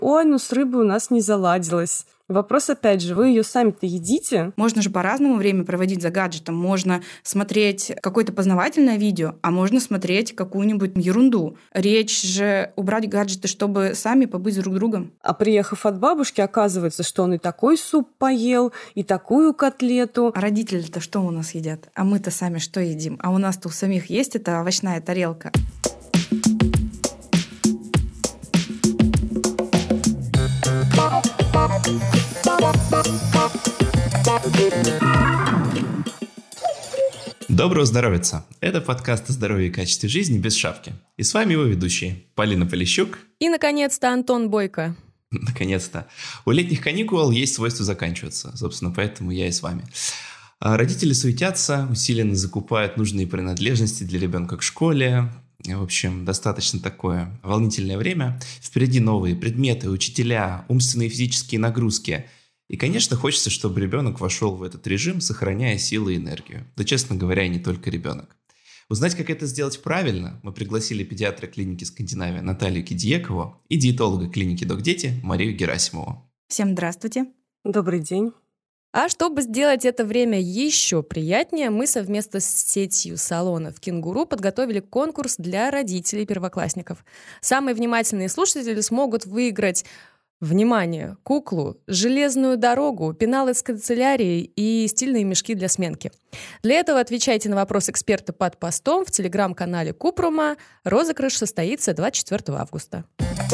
ой, ну с рыбой у нас не заладилось. Вопрос опять же, вы ее сами-то едите? Можно же по-разному время проводить за гаджетом. Можно смотреть какое-то познавательное видео, а можно смотреть какую-нибудь ерунду. Речь же убрать гаджеты, чтобы сами побыть друг другом. А приехав от бабушки, оказывается, что он и такой суп поел, и такую котлету. А родители-то что у нас едят? А мы-то сами что едим? А у нас-то у самих есть эта овощная тарелка. Доброго здоровица! Это подкаст о здоровье и качестве жизни без шапки. И с вами его ведущие Полина Полищук и, наконец-то, Антон Бойко. Наконец-то. У летних каникул есть свойство заканчиваться. Собственно, поэтому я и с вами. Родители суетятся, усиленно закупают нужные принадлежности для ребенка к школе. В общем, достаточно такое волнительное время. Впереди новые предметы, учителя, умственные и физические нагрузки. И, конечно, хочется, чтобы ребенок вошел в этот режим, сохраняя силы и энергию. Да, честно говоря, и не только ребенок. Узнать, как это сделать правильно, мы пригласили педиатра клиники «Скандинавия» Наталью Кидиекову и диетолога клиники «Док-Дети» Марию Герасимову. Всем здравствуйте. Добрый день. А чтобы сделать это время еще приятнее, мы совместно с сетью салонов «Кенгуру» подготовили конкурс для родителей первоклассников. Самые внимательные слушатели смогут выиграть, внимание, куклу, железную дорогу, пенал из канцелярии и стильные мешки для сменки. Для этого отвечайте на вопрос эксперта под постом в телеграм-канале Купрума. Розыгрыш состоится 24 августа.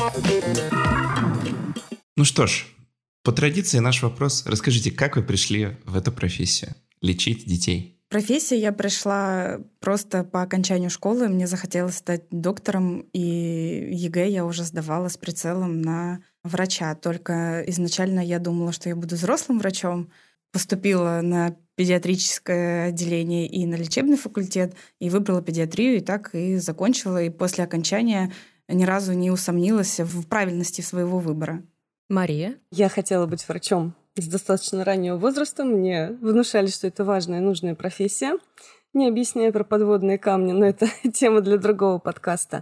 Ну что ж, по традиции наш вопрос. Расскажите, как вы пришли в эту профессию? Лечить детей. В профессию я пришла просто по окончанию школы. Мне захотелось стать доктором, и ЕГЭ я уже сдавала с прицелом на врача. Только изначально я думала, что я буду взрослым врачом. Поступила на педиатрическое отделение и на лечебный факультет, и выбрала педиатрию, и так и закончила. И после окончания ни разу не усомнилась в правильности своего выбора. Мария? Я хотела быть врачом с достаточно раннего возраста. Мне внушали, что это важная и нужная профессия. Не объясняя про подводные камни, но это тема для другого подкаста.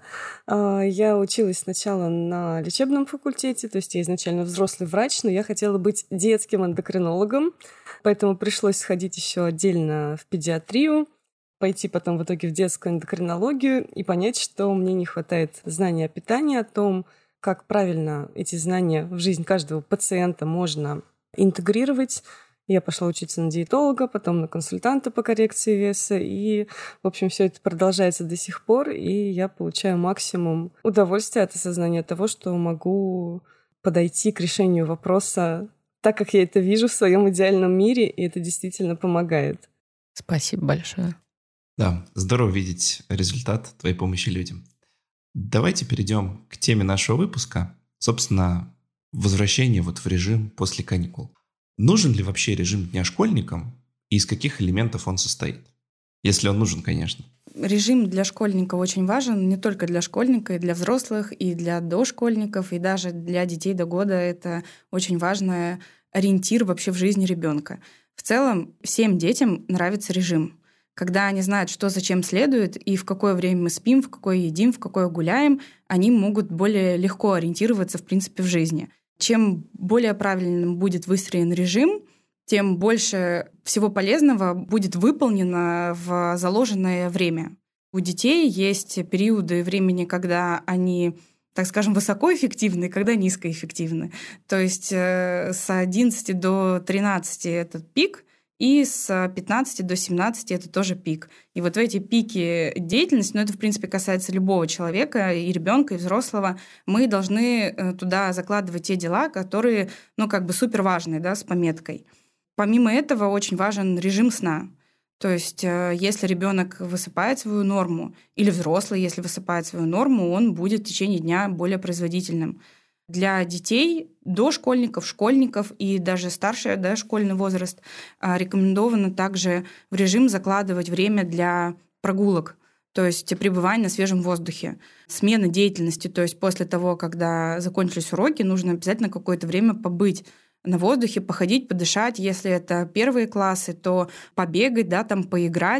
Я училась сначала на лечебном факультете, то есть я изначально взрослый врач, но я хотела быть детским эндокринологом, поэтому пришлось сходить еще отдельно в педиатрию, пойти потом в итоге в детскую эндокринологию и понять, что мне не хватает знаний о питании, о том, как правильно эти знания в жизнь каждого пациента можно интегрировать. Я пошла учиться на диетолога, потом на консультанта по коррекции веса, и, в общем, все это продолжается до сих пор, и я получаю максимум удовольствия от осознания того, что могу подойти к решению вопроса так, как я это вижу в своем идеальном мире, и это действительно помогает. Спасибо большое. Да, здорово видеть результат твоей помощи людям. Давайте перейдем к теме нашего выпуска. Собственно, возвращение в режим после каникул. Нужен ли вообще режим дня школьникам и из каких элементов он состоит? Если он нужен, конечно. Режим для школьника очень важен, не только для школьника, и для взрослых, и для дошкольников, и даже для детей до года. Это очень важный ориентир вообще в жизни ребенка. В целом, всем детям нравится режим. Когда они знают, что зачем следует, и в какое время мы спим, в какое едим, в какое гуляем, они могут более легко ориентироваться, в принципе, в жизни. Чем более правильным будет выстроен режим, тем больше всего полезного будет выполнено в заложенное время. У детей есть периоды времени, когда они, так скажем, высокоэффективны, когда низкоэффективны. То есть с 11 до 13 это пик, и с 15 до 17 это тоже пик. И вот в эти пики деятельности, это, в принципе, касается любого человека, и ребенка, и взрослого, мы должны туда закладывать те дела, которые, супер важные, с пометкой. Помимо этого, очень важен режим сна. То есть, если ребенок высыпает свою норму, или взрослый, если высыпает свою норму, он будет в течение дня более производительным. Для детей, дошкольников, школьников и даже старший школьный возраст рекомендовано также в режим закладывать время для прогулок, то есть пребывание на свежем воздухе, смена деятельности, то есть после того, когда закончились уроки, нужно обязательно какое-то время побыть на воздухе, походить, подышать. Если это первые классы, то побегать, поиграть.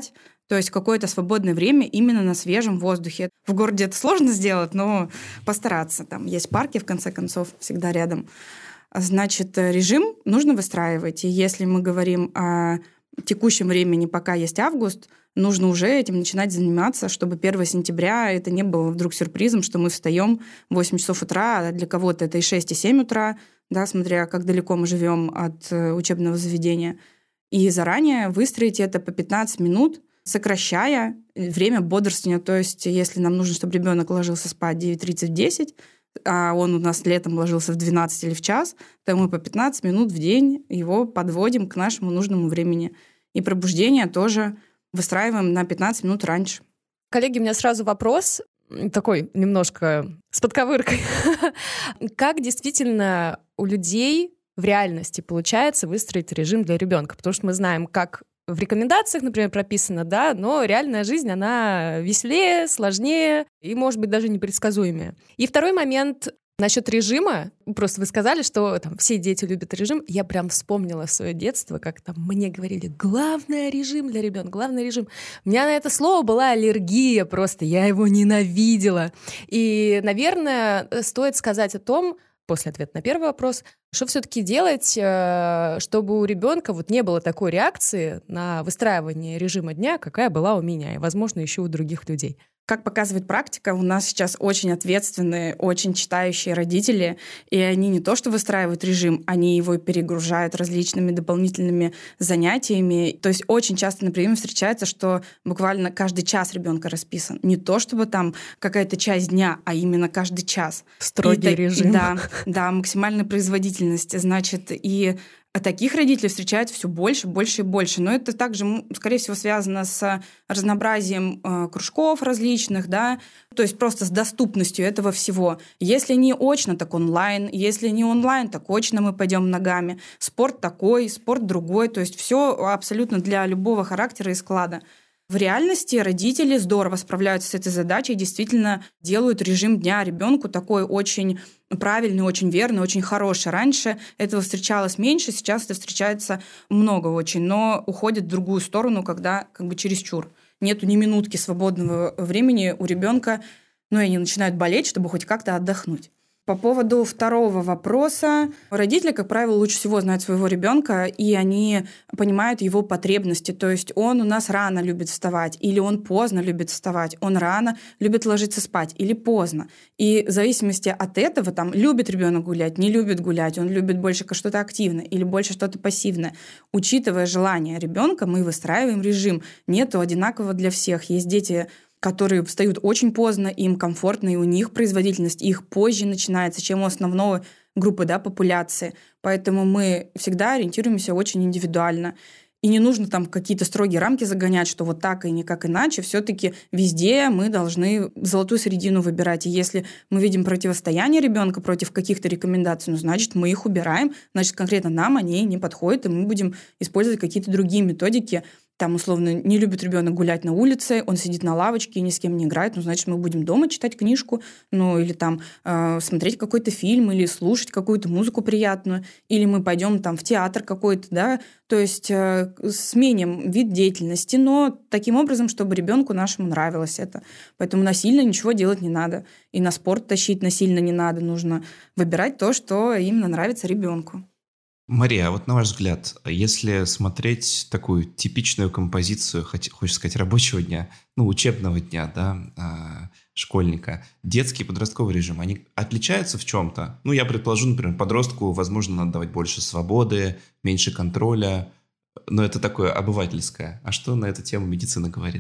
То есть какое-то свободное время именно на свежем воздухе. В городе это сложно сделать, но постараться. Там есть парки, в конце концов, всегда рядом. Значит, режим нужно выстраивать. И если мы говорим о текущем времени, пока есть август, нужно уже этим начинать заниматься, чтобы 1 сентября это не было вдруг сюрпризом, что мы встаем в 8 часов утра, а для кого-то это и 6, и 7 утра, да, смотря как далеко мы живем от учебного заведения. И заранее выстроить это по 15 минут, сокращая время бодрствования. То есть если нам нужно, чтобы ребенок ложился спать 9:30 в 10, а он у нас летом ложился в 12 или в час, то мы по 15 минут в день его подводим к нашему нужному времени. И пробуждение тоже выстраиваем на 15 минут раньше. Коллеги, у меня сразу вопрос, такой немножко с подковыркой. Как действительно у людей в реальности получается выстроить режим для ребенка? Потому что мы знаем, как в рекомендациях, например, прописано, да, но реальная жизнь, она веселее, сложнее и, может быть, даже непредсказуемее. И второй момент насчет режима. Просто вы сказали, что там все дети любят режим. Я прям вспомнила свое детство, как там мне говорили: главный режим для ребенка, главный режим. У меня на это слово была аллергия просто, я его ненавидела. И, наверное, стоит сказать о том, после ответа на первый вопрос, что все-таки делать, чтобы у ребенка вот не было такой реакции на выстраивание режима дня, какая была у меня, и, возможно, еще у других людей. Как показывает практика, у нас сейчас очень ответственные, очень читающие родители, и они не то что выстраивают режим, они его перегружают различными дополнительными занятиями. То есть очень часто на приеме встречается, что буквально каждый час ребенка расписан. Не то чтобы там какая-то часть дня, а именно каждый час. Строгий режим. Да, максимальная производительность. Значит, и таких родителей встречают все больше, больше и больше. Но это также, скорее всего, связано с разнообразием кружков различных, да, то есть просто с доступностью этого всего. Если не очно, так онлайн. Если не онлайн, так очно мы пойдем ногами. Спорт такой, спорт другой. То есть все абсолютно для любого характера и склада. В реальности родители здорово справляются с этой задачей, действительно делают режим дня ребенку такой очень правильный, очень верный, очень хороший. Раньше этого встречалось меньше, сейчас это встречается много очень, но уходит в другую сторону, когда как бы чересчур. Нету ни минутки свободного времени у ребенка, и они начинают болеть, чтобы хоть как-то отдохнуть. По поводу второго вопроса. Родители, как правило, лучше всего знают своего ребенка, и они понимают его потребности. То есть он у нас рано любит вставать, или он поздно любит вставать, он рано любит ложиться спать, или поздно. И в зависимости от этого, там, любит ребенок гулять, не любит гулять, он любит больше что-то активное или больше что-то пассивное. Учитывая желание ребенка, мы выстраиваем режим. Нету одинакового для всех. Есть дети, которые встают очень поздно, им комфортно, и у них производительность их позже начинается, чем у основной группы, да, популяции. Поэтому мы всегда ориентируемся очень индивидуально. И не нужно там какие-то строгие рамки загонять, что вот так и никак иначе. Все-таки везде мы должны золотую середину выбирать. И если мы видим противостояние ребенка против каких-то рекомендаций, значит, мы их убираем, значит, конкретно нам они не подходят, и мы будем использовать какие-то другие методики. Там, условно, не любит ребенок гулять на улице, он сидит на лавочке и ни с кем не играет, значит, мы будем дома читать книжку, или там смотреть какой-то фильм, или слушать какую-то музыку приятную, или мы пойдем там в театр какой-то, да, то есть сменим вид деятельности, но таким образом, чтобы ребенку нашему нравилось это. Поэтому насильно ничего делать не надо. И на спорт тащить насильно не надо. Нужно выбирать то, что именно нравится ребенку. Мария, а вот на ваш взгляд, если смотреть такую типичную композицию, хочется сказать, рабочего дня, учебного дня, да, школьника, детский и подростковый режим, они отличаются в чем-то? Я предположу, например, подростку, возможно, надо давать больше свободы, меньше контроля, но это такое обывательское. А что на эту тему медицина говорит?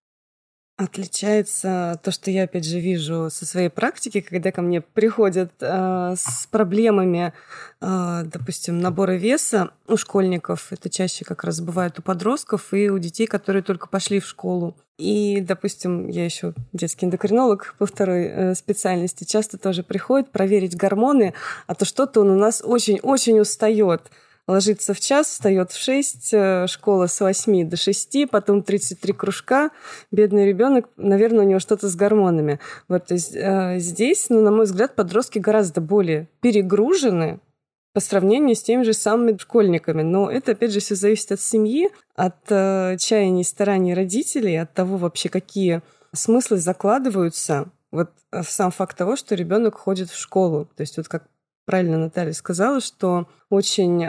Отличается то, что я, опять же, вижу со своей практики, когда ко мне приходят с проблемами, допустим, набора веса у школьников. Это чаще как раз бывает у подростков и у детей, которые только пошли в школу. И, допустим, я еще детский эндокринолог по второй специальности, часто тоже приходит проверить гормоны, а то что-то он у нас очень-очень устает. Ложится в час, встает в 6, школа с 8 до 6, потом 33 кружка. Бедный ребенок, наверное, у него что-то с гормонами. Вот, то есть здесь, на мой взгляд, подростки гораздо более перегружены, по сравнению с теми же самыми школьниками. Но это, опять же, все зависит от семьи, от чаяний и стараний родителей, от того вообще, какие смыслы закладываются вот в сам факт того, что ребенок ходит в школу. То есть вот как правильно Наталья сказала, что очень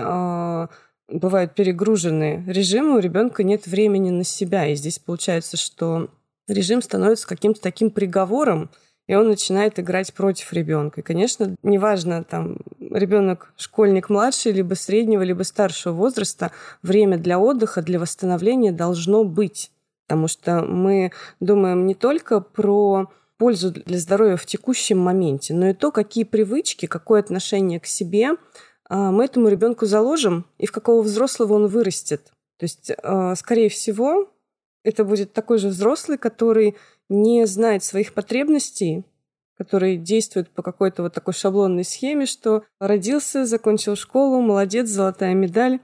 бывают перегруженные режимы, у ребенка нет времени на себя. И здесь получается, что режим становится каким-то таким приговором, и он начинает играть против ребенка. И, конечно, неважно, там, ребенок, школьник младший, либо среднего, либо старшего возраста, время для отдыха, для восстановления должно быть. Потому что мы думаем не только про пользу для здоровья в текущем моменте, но и то, какие привычки, какое отношение к себе мы этому ребенку заложим, и в какого взрослого он вырастет. То есть, скорее всего, это будет такой же взрослый, который не знает своих потребностей, который действует по какой-то вот такой шаблонной схеме, что родился, закончил школу, молодец, золотая медаль,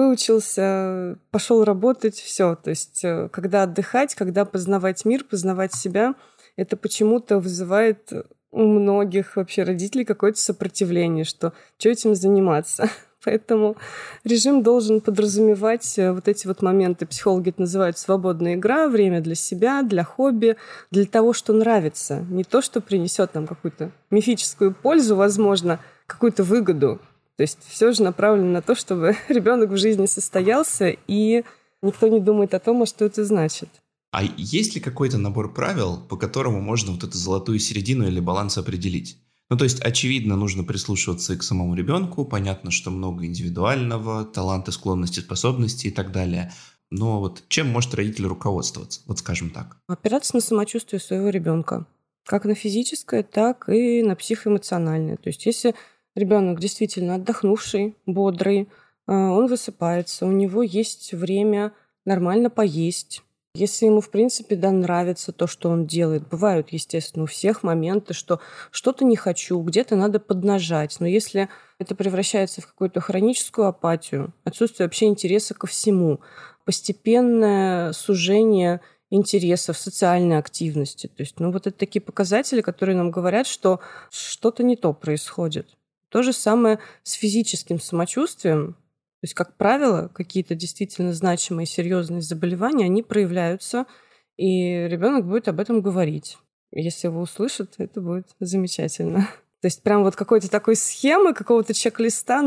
выучился, пошел работать, все. То есть, когда отдыхать, когда познавать мир, познавать себя, это почему-то вызывает у многих вообще родителей какое-то сопротивление, что этим заниматься. Поэтому режим должен подразумевать вот эти вот моменты. Психологи это называют свободная игра, время для себя, для хобби, для того, что нравится. Не то, что принесет нам какую-то мифическую пользу, возможно, какую-то выгоду. То есть все же направлено на то, чтобы ребенок в жизни состоялся, и никто не думает о том, что это значит. А есть ли какой-то набор правил, по которому можно вот эту золотую середину или баланс определить? Ну, то есть, очевидно, нужно прислушиваться и к самому ребенку. Понятно, что много индивидуального, таланты, склонности, способности и так далее. Но вот чем может родитель руководствоваться? Вот скажем так. Опираться на самочувствие своего ребенка. Как на физическое, так и на психоэмоциональное. То есть, если ребенок действительно отдохнувший, бодрый, он высыпается, у него есть время нормально поесть. Если ему, в принципе, нравится то, что он делает. Бывают, естественно, у всех моменты, что что-то не хочу, где-то надо поднажать. Но если это превращается в какую-то хроническую апатию, отсутствие вообще интереса ко всему, постепенное сужение интересов, социальной активности. То есть, вот это такие показатели, которые нам говорят, что что-то не то происходит. То же самое с физическим самочувствием. То есть, как правило, какие-то действительно значимые, серьезные заболевания, они проявляются, и ребенок будет об этом говорить. Если его услышат, это будет замечательно. То есть, прям вот какой-то такой схемы, какого-то чек-листа,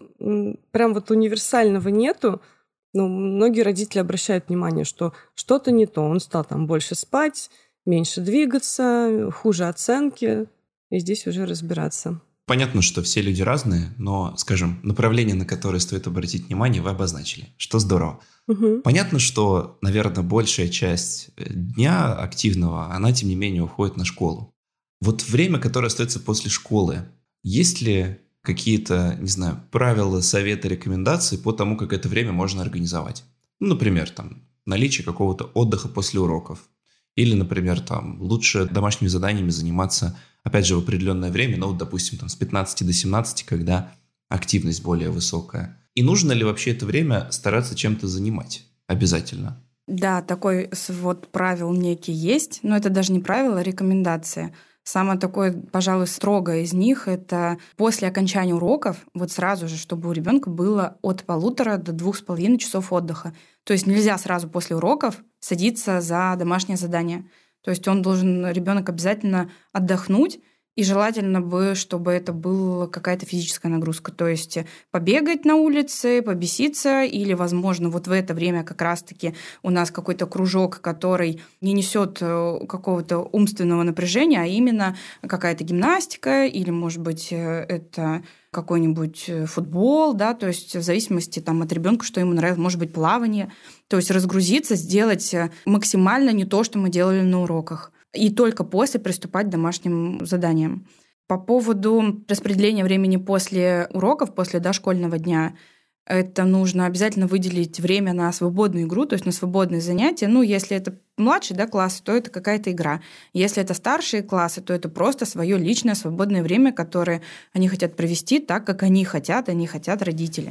прям вот универсального нету. Но многие родители обращают внимание, что что-то не то. Он стал там больше спать, меньше двигаться, хуже оценки, и здесь уже разбираться. Понятно, что все люди разные, но, скажем, направление, на которое стоит обратить внимание, вы обозначили, что здорово. Угу. Понятно, что, наверное, большая часть дня активного, она, тем не менее, уходит на школу. Вот время, которое остается после школы, есть ли какие-то, не знаю, правила, советы, рекомендации по тому, как это время можно организовать? Например, наличие какого-то отдыха после уроков. Или, например, лучше домашними заданиями заниматься, опять же, в определенное время, допустим, с 15 до 17, когда активность более высокая. И нужно ли вообще это время стараться чем-то занимать? Обязательно. Да, такой свод правил некий есть, но это даже не правило, а рекомендация. Самое такое, пожалуй, строгое из них — это после окончания уроков, вот сразу же, чтобы у ребенка было от 1,5 до 2,5 часов отдыха. То есть нельзя сразу после уроков садиться за домашнее задание. То есть ребенок обязательно отдохнуть, и желательно бы, чтобы это была какая-то физическая нагрузка. То есть побегать на улице, побеситься, или, возможно, вот в это время как раз-таки у нас какой-то кружок, который не несет какого-то умственного напряжения, а именно какая-то гимнастика, или, может быть, это какой-нибудь футбол, да, то есть в зависимости от ребенка, что ему нравится, может быть, плавание. То есть разгрузиться, сделать максимально не то, что мы делали на уроках. И только после приступать к домашним заданиям. По поводу распределения времени после уроков, после дошкольного дня, это нужно обязательно выделить время на свободную игру, то есть на свободные занятия. Если это младший класс, то это какая-то игра. Если это старшие классы, то это просто свое личное свободное время, которое они хотят провести так, как они хотят родители.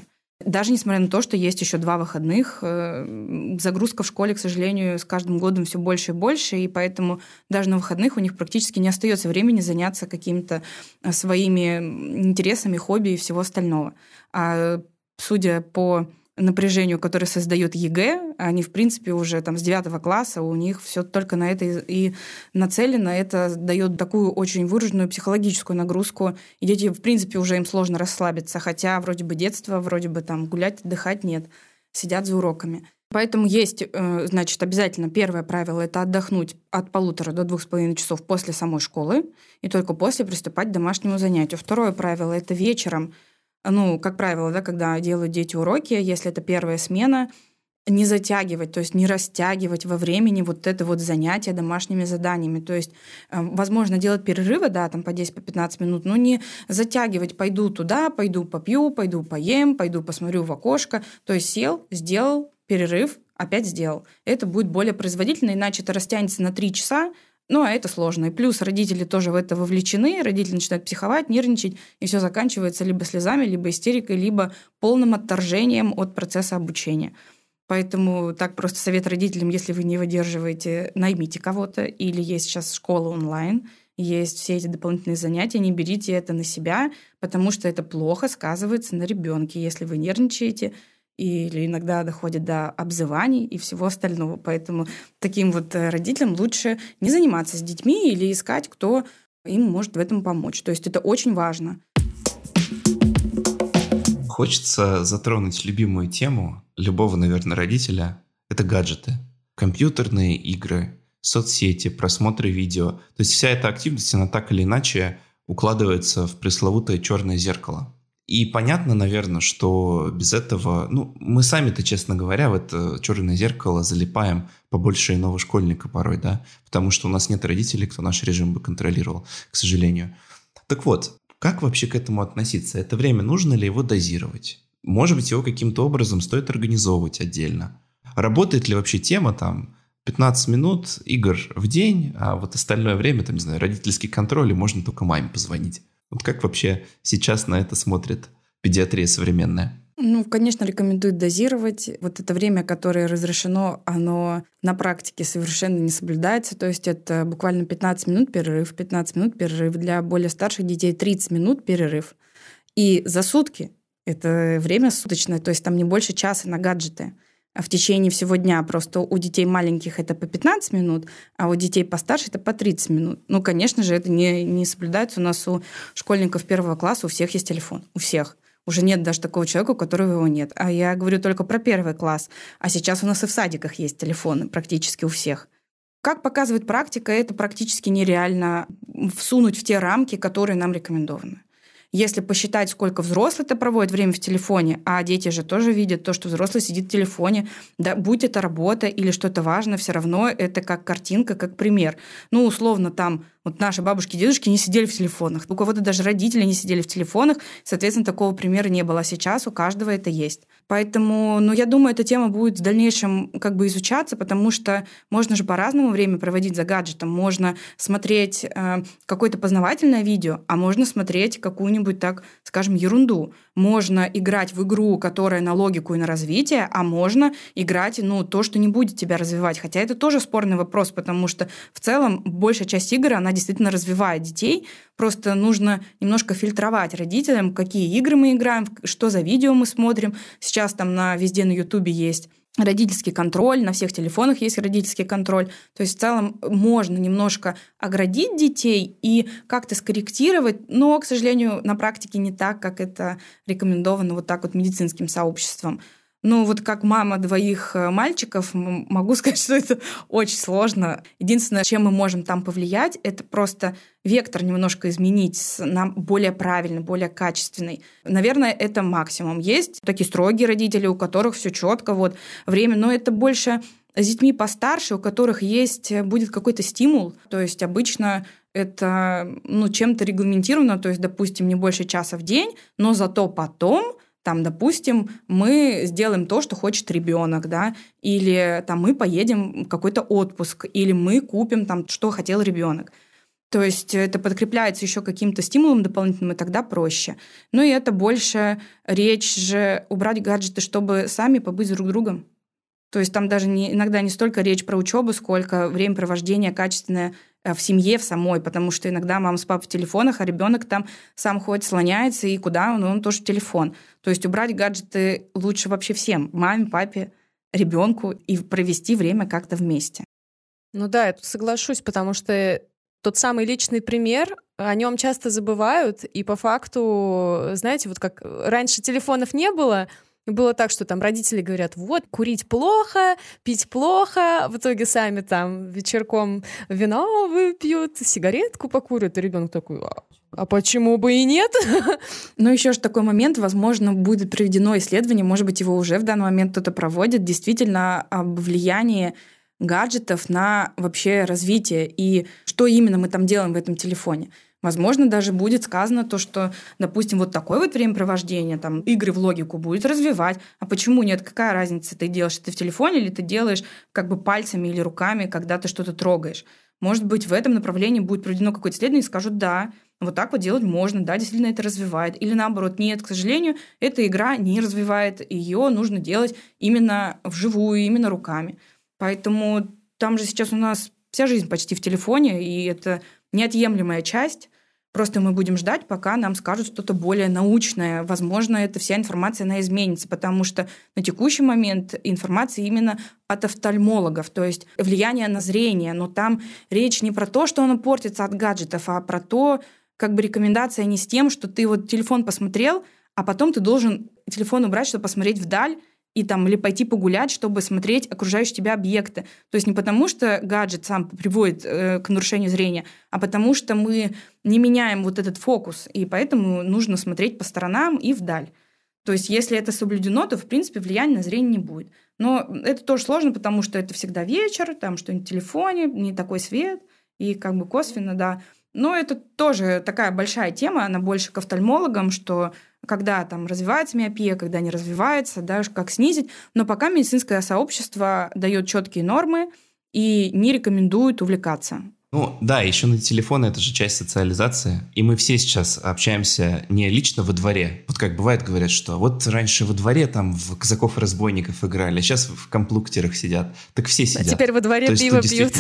даже несмотря на то, что есть еще 2 выходных, загрузка в школе, к сожалению, с каждым годом все больше и больше, и поэтому даже на выходных у них практически не остается времени заняться какими-то своими интересами, хобби и всего остального. А судя по напряжению, которое создает ЕГЭ, они, в принципе, уже там с 9 класса, у них все только на это и нацелено. Это дает такую очень выраженную психологическую нагрузку. И дети, в принципе, уже им сложно расслабиться, хотя вроде бы детство, вроде бы там гулять, отдыхать нет. Сидят за уроками. Поэтому есть, значит, обязательно первое правило – это отдохнуть от 1,5 до 2,5 часов после самой школы и только после приступать к домашнему занятию. Второе правило – это вечером, как правило, да, когда делают дети уроки, если это первая смена, не затягивать, то есть не растягивать во времени вот это вот занятие домашними заданиями. То есть, возможно, делать перерывы, да, там по 10-15 минут, но не затягивать, пойду туда, пойду попью, пойду поем, пойду посмотрю в окошко. То есть сел, сделал перерыв, опять сделал. Это будет более производительно, иначе это растянется на 3 часа, а это сложно. И плюс родители тоже в это вовлечены, родители начинают психовать, нервничать, и все заканчивается либо слезами, либо истерикой, либо полным отторжением от процесса обучения. Поэтому так просто совет родителям, если вы не выдерживаете, наймите кого-то, или есть сейчас школа онлайн, есть все эти дополнительные занятия, не берите это на себя, потому что это плохо сказывается на ребенке, если вы нервничаете, или иногда доходит до обзываний и всего остального. Поэтому таким вот родителям лучше не заниматься с детьми или искать, кто им может в этом помочь. То есть это очень важно. Хочется затронуть любимую тему любого, наверное, родителя. Это гаджеты. Компьютерные игры, соцсети, просмотры видео. То есть вся эта активность, она так или иначе укладывается в пресловутое черное зеркало. И понятно, наверное, что без этого... мы сами-то, честно говоря, в это черное зеркало залипаем побольше иного школьника порой, да? Потому что у нас нет родителей, кто наш режим бы контролировал, к сожалению. Так вот, как вообще к этому относиться? Это время, нужно ли его дозировать? Может быть, его каким-то образом стоит организовывать отдельно? Работает ли вообще тема 15 минут игр в день, а вот остальное время, родительский контроль, и можно только маме позвонить? Вот как вообще сейчас на это смотрит педиатрия современная? Конечно, рекомендуют дозировать. Вот это время, которое разрешено, оно на практике совершенно не соблюдается. То есть это буквально 15 минут перерыв, 15 минут перерыв. Для более старших детей 30 минут перерыв. И за сутки это время суточное, то есть там не больше часа на гаджеты. А в течение всего дня просто у детей маленьких это по 15 минут, а у детей постарше это по 30 минут. Конечно же, это не соблюдается. У нас у школьников 1 класса у всех есть телефон. У всех. Уже нет даже такого человека, у которого его нет. А я говорю только про 1 класс. А сейчас у нас и в садиках есть телефоны практически у всех. Как показывает практика, это практически нереально всунуть в те рамки, которые нам рекомендованы. Если посчитать, сколько взрослый-то проводит время в телефоне, а дети же тоже видят то, что взрослый сидит в телефоне, да, будь это работа или что-то важное, все равно это как картинка, как пример. Условно, вот наши бабушки и дедушки не сидели в телефонах. У кого-то даже родители не сидели в телефонах, соответственно, такого примера не было. А сейчас у каждого это есть. Поэтому, я думаю, эта тема будет в дальнейшем изучаться, потому что можно же по-разному время проводить за гаджетом. Можно смотреть какое-то познавательное видео, а можно смотреть какую-нибудь, так скажем, ерунду. Можно играть в игру, которая на логику и на развитие, а можно играть, то, что не будет тебя развивать. Хотя это тоже спорный вопрос, потому что в целом большая часть игр, она действительно развивает детей. Просто нужно немножко фильтровать родителям, какие игры мы играем, что за видео мы смотрим. Сейчас везде на Ютубе есть родительский контроль, на всех телефонах есть родительский контроль. То есть в целом можно немножко оградить детей и как-то скорректировать, но, к сожалению, на практике не так, как это рекомендовано вот так вот медицинским сообществом. Как мама 2 мальчиков, могу сказать, что это очень сложно. Единственное, чем мы можем там повлиять, это просто вектор немножко изменить на более правильный, более качественный. Наверное, это максимум. Есть такие строгие родители, у которых все четко, время, но это больше с детьми постарше, у которых будет какой-то стимул. То есть обычно это чем-то регламентировано, то есть, допустим, не больше часа в день, но зато потом допустим, мы сделаем то, что хочет ребенок, да, или мы поедем в какой-то отпуск, или мы купим что хотел ребенок. То есть это подкрепляется еще каким-то стимулом дополнительным, и тогда проще. Ну и это больше речь же убрать гаджеты, чтобы сами побыть друг другом. То есть там даже иногда не столько речь про учебу, сколько времяпровождение качественное в семье, в самой, потому что иногда мама с папой в телефонах, а ребенок там сам ходит, слоняется, и куда он тоже в телефон. То есть убрать гаджеты лучше вообще всем, маме, папе, ребенку, и провести время как-то вместе. Ну да, я тут соглашусь, потому что тот самый личный пример, о нем часто забывают, и по факту, знаете, вот как раньше телефонов не было, было так, что там родители говорят, вот, курить плохо, пить плохо, в итоге сами там вечерком вино выпьют, сигаретку покурят, и ребенок такой, а почему бы и нет? Но еще же такой момент, возможно, будет проведено исследование, может быть, его уже в данный момент кто-то проводит, действительно об влиянии гаджетов на вообще развитие и что именно мы там делаем в этом телефоне. Возможно, даже будет сказано то, что, допустим, вот такое вот времяпровождение, там, игры в логику будет развивать. А почему нет? Какая разница, ты делаешь это в телефоне или ты делаешь как бы пальцами или руками, когда ты что-то трогаешь? Может быть, в этом направлении будет проведено какое-то исследование и скажут, да, вот так вот делать можно, да, действительно это развивает. Или наоборот, нет, к сожалению, эта игра не развивает, ее нужно делать именно вживую, именно руками. Поэтому там же сейчас у нас вся жизнь почти в телефоне, и это неотъемлемая часть. Просто мы будем ждать, пока нам скажут что-то более научное. Возможно, эта вся информация, она изменится, потому что на текущий момент информация именно от офтальмологов, то есть влияние на зрение. Но там речь не про то, что оно портится от гаджетов, а про то, как бы рекомендация не с тем, что ты вот телефон посмотрел, а потом ты должен телефон убрать, чтобы посмотреть вдаль, и там, или пойти погулять, чтобы смотреть окружающие тебя объекты. То есть не потому, что гаджет сам приводит к нарушению зрения, а потому что мы не меняем вот этот фокус, и поэтому нужно смотреть по сторонам и вдаль. То есть если это соблюдено, то, в принципе, влияния на зрение не будет. Но это тоже сложно, потому что это всегда вечер, там что-нибудь в телефоне, не такой свет, и как бы косвенно, да. Но это тоже такая большая тема, она больше к офтальмологам, что когда там развивается миопия, когда не развивается, да, как снизить. Но пока медицинское сообщество дает четкие нормы и не рекомендует увлекаться. Ну да, еще на телефоны это же часть социализации. И мы все сейчас общаемся не лично во дворе. Вот как бывает, говорят, что вот раньше во дворе там в казаков и разбойников играли, а сейчас в комплуктерах сидят. Так все сидят. А теперь во дворе пиво пьют.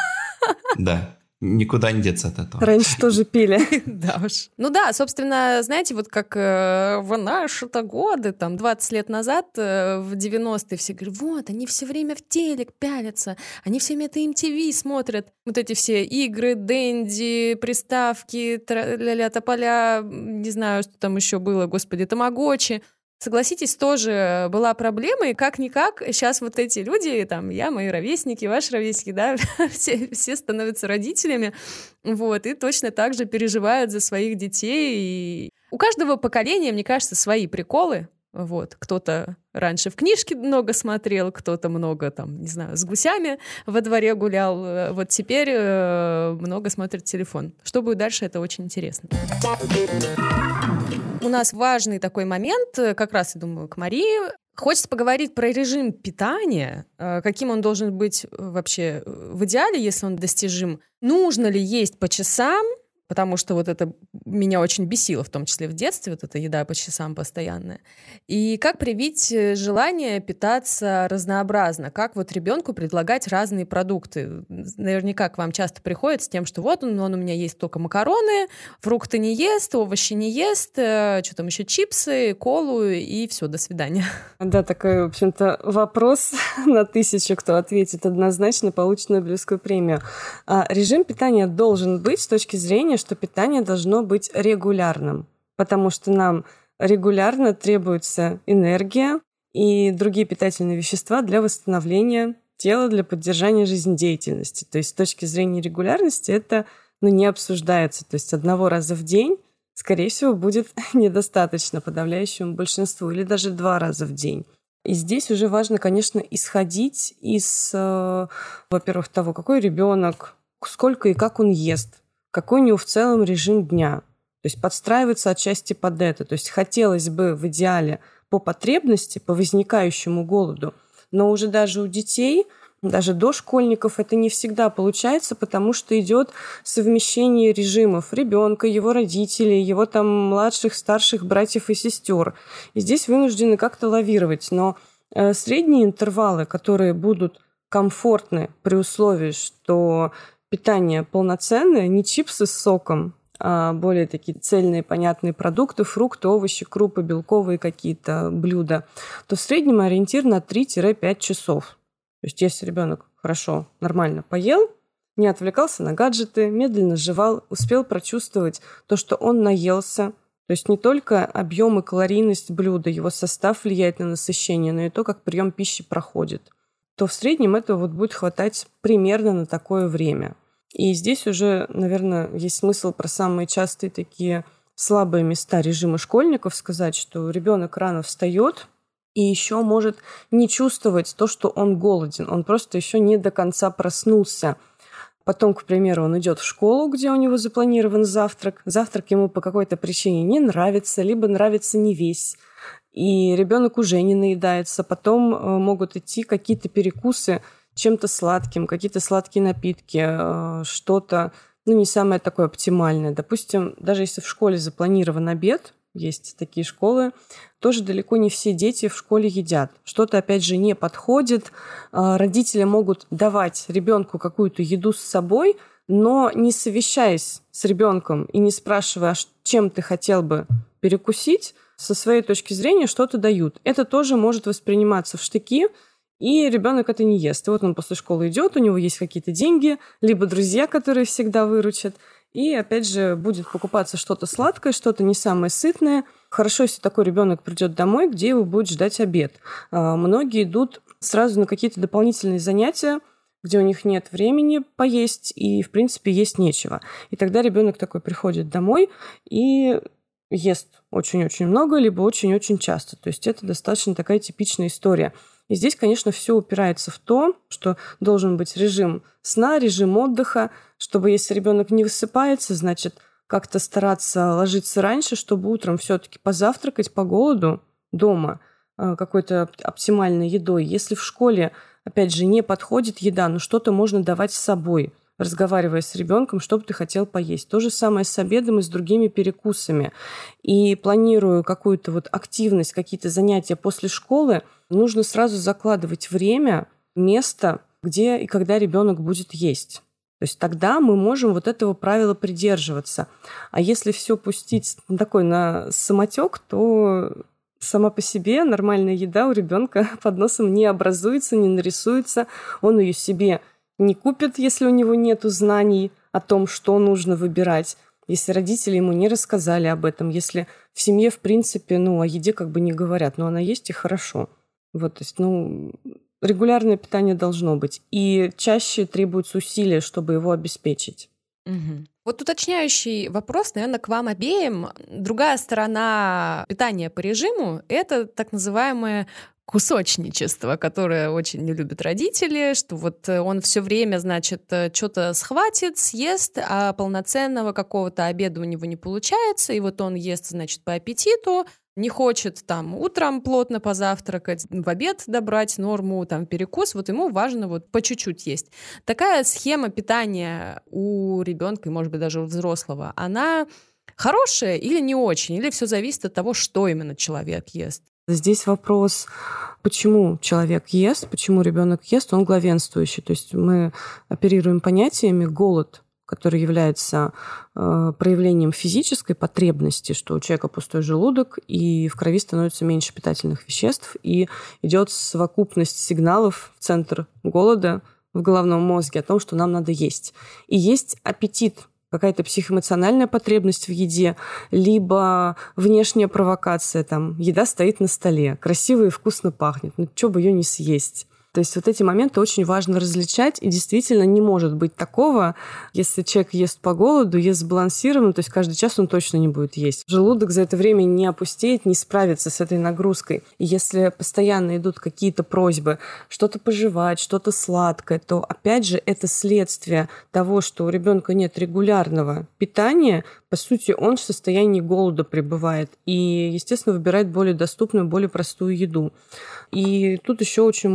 Да. Никуда не деться от этого. Раньше тоже пили. Да уж. Ну да, собственно, знаете, вот как в наши-то годы, там, 20 лет назад, в 90-е все говорят, вот, они все время в телек пялятся, они все время это MTV смотрят. Вот эти все игры, Дэнди, приставки, ля-ля, тополя, не знаю, что там еще было, господи, тамагочи. Согласитесь, тоже была проблема, и как-никак сейчас вот эти люди, там, я, мои ровесники, ваши ровесники, да, все становятся родителями, вот, и точно так же переживают за своих детей. И у каждого поколения, мне кажется, свои приколы. Вот, кто-то раньше в книжке много смотрел, кто-то много, там, не знаю, с гусями во дворе гулял. Вот теперь много смотрит телефон. Что будет дальше, это очень интересно. У нас важный такой момент, как раз, я думаю, к Марии. Хочется поговорить про режим питания, каким он должен быть вообще в идеале, если он достижим. Нужно ли есть по часам? Потому что вот это меня очень бесило, в том числе в детстве, вот эта еда по часам постоянная. И как привить желание питаться разнообразно? Как вот ребенку предлагать разные продукты? Наверняка к вам часто приходит с тем, что вот он у меня есть только макароны, фрукты не ест, овощи не ест, что там еще, чипсы, колу, и все, до свидания. Да, такой, в общем-то, вопрос на 1000, кто ответит однозначно, получит Нобелевскую премию. Режим питания должен быть с точки зрения, что питание должно быть регулярным, потому что нам регулярно требуется энергия и другие питательные вещества для восстановления тела, для поддержания жизнедеятельности. То есть с точки зрения регулярности это не обсуждается. То есть 1 раза в день, скорее всего, будет недостаточно подавляющему большинству, или даже 2 раза в день. И здесь уже важно, конечно, исходить из, во-первых, того, какой ребенок, сколько и как он ест, какой у него в целом режим дня. То есть подстраиваться отчасти под это. То есть хотелось бы в идеале по потребности, по возникающему голоду, но уже даже у детей даже дошкольников это не всегда получается, потому что идет совмещение режимов ребенка, его родителей, его там младших, старших братьев и сестер. И здесь вынуждены как-то лавировать. Но средние интервалы, которые будут комфортны при условии, что питание полноценное, не чипсы с соком, а более такие цельные, понятные продукты, фрукты, овощи, крупы, белковые какие-то блюда, то в среднем ориентир на 3-5 часов. То есть если ребенок хорошо, нормально поел, не отвлекался на гаджеты, медленно жевал, успел прочувствовать то, что он наелся. То есть не только объем и калорийность блюда, его состав влияет на насыщение, но и то, как прием пищи проходит, то в среднем этого будет хватать примерно на такое время. И здесь уже, наверное, есть смысл про самые частые такие слабые места режима школьников сказать, что ребенок рано встает и еще может не чувствовать то, что он голоден. Он просто еще не до конца проснулся. Потом, к примеру, он идет в школу, где у него запланирован завтрак. Завтрак ему по какой-то причине не нравится, либо нравится не весь. И ребенок уже не наедается. Потом могут идти какие-то перекусы чем-то сладким, какие-то сладкие напитки, что-то, не самое такое оптимальное. Допустим, даже если в школе запланирован обед, есть такие школы, тоже далеко не все дети в школе едят. Что-то, опять же, не подходит. Родители могут давать ребенку какую-то еду с собой, но не совещаясь с ребенком и не спрашивая, чем ты хотел бы перекусить, со своей точки зрения что-то дают. Это тоже может восприниматься в штыки, и ребенок это не ест. И вот он после школы идет, у него есть какие-то деньги, либо друзья, которые всегда выручат. И опять же будет покупаться что-то сладкое, что-то не самое сытное. Хорошо, если такой ребенок придет домой, где его будет ждать обед. Многие идут сразу на какие-то дополнительные занятия, где у них нет времени поесть, и, в принципе, есть нечего. И тогда ребенок такой приходит домой и ест очень-очень много, либо очень-очень часто. То есть это достаточно такая типичная история. И здесь, конечно, все упирается в то, что должен быть режим сна, режим отдыха, чтобы если ребенок не высыпается, значит, как-то стараться ложиться раньше, чтобы утром все-таки позавтракать по голоду дома какой-то оптимальной едой. Если в школе, опять же, не подходит еда, но что-то можно давать с собой, разговаривая с ребенком, что бы ты хотел поесть. То же самое с обедом и с другими перекусами. И планируя какую-то вот активность, какие-то занятия после школы, нужно сразу закладывать время, место, где и когда ребенок будет есть. То есть тогда мы можем вот этого правила придерживаться. А если все пустить на самотек, то сама по себе нормальная еда у ребенка под носом не образуется, не нарисуется. Он ее себе не купит, если у него нет знаний о том, что нужно выбирать. Если родители ему не рассказали об этом, если в семье, в принципе, о еде как бы не говорят, но она есть и хорошо. Вот, то есть, регулярное питание должно быть. И чаще требуется усилия, чтобы его обеспечить. Угу. Вот уточняющий вопрос, наверное, к вам обеим. Другая сторона питания по режиму — это так называемое кусочничество, которое очень не любят родители, что вот он все время, значит, что-то схватит, съест, а полноценного какого-то обеда у него не получается, и вот он ест, значит, по аппетиту, не хочет там утром плотно позавтракать, в обед добрать норму, там перекус, вот ему важно вот по чуть-чуть есть. Такая схема питания у ребенка и, может быть, даже у взрослого, она хорошая или не очень, или все зависит от того, что именно человек ест? Здесь вопрос, почему человек ест, почему ребенок ест, он главенствующий. То есть мы оперируем понятиями голод, который является проявлением физической потребности, что у человека пустой желудок, и в крови становится меньше питательных веществ, и идет совокупность сигналов в центр голода в головном мозге о том, что нам надо есть. И есть аппетит, какая-то психоэмоциональная потребность в еде, либо внешняя провокация, еда стоит на столе, красиво и вкусно пахнет, чё бы ее не съесть. То есть вот эти моменты очень важно различать, и действительно не может быть такого, если человек ест по голоду, ест сбалансированно, то есть каждый час он точно не будет есть. Желудок за это время не опустеет, не справится с этой нагрузкой. И если постоянно идут какие-то просьбы что-то пожевать, что-то сладкое, то опять же это следствие того, что у ребенка нет регулярного питания. По сути, он в состоянии голода пребывает и, естественно, выбирает более доступную, более простую еду. И тут еще очень может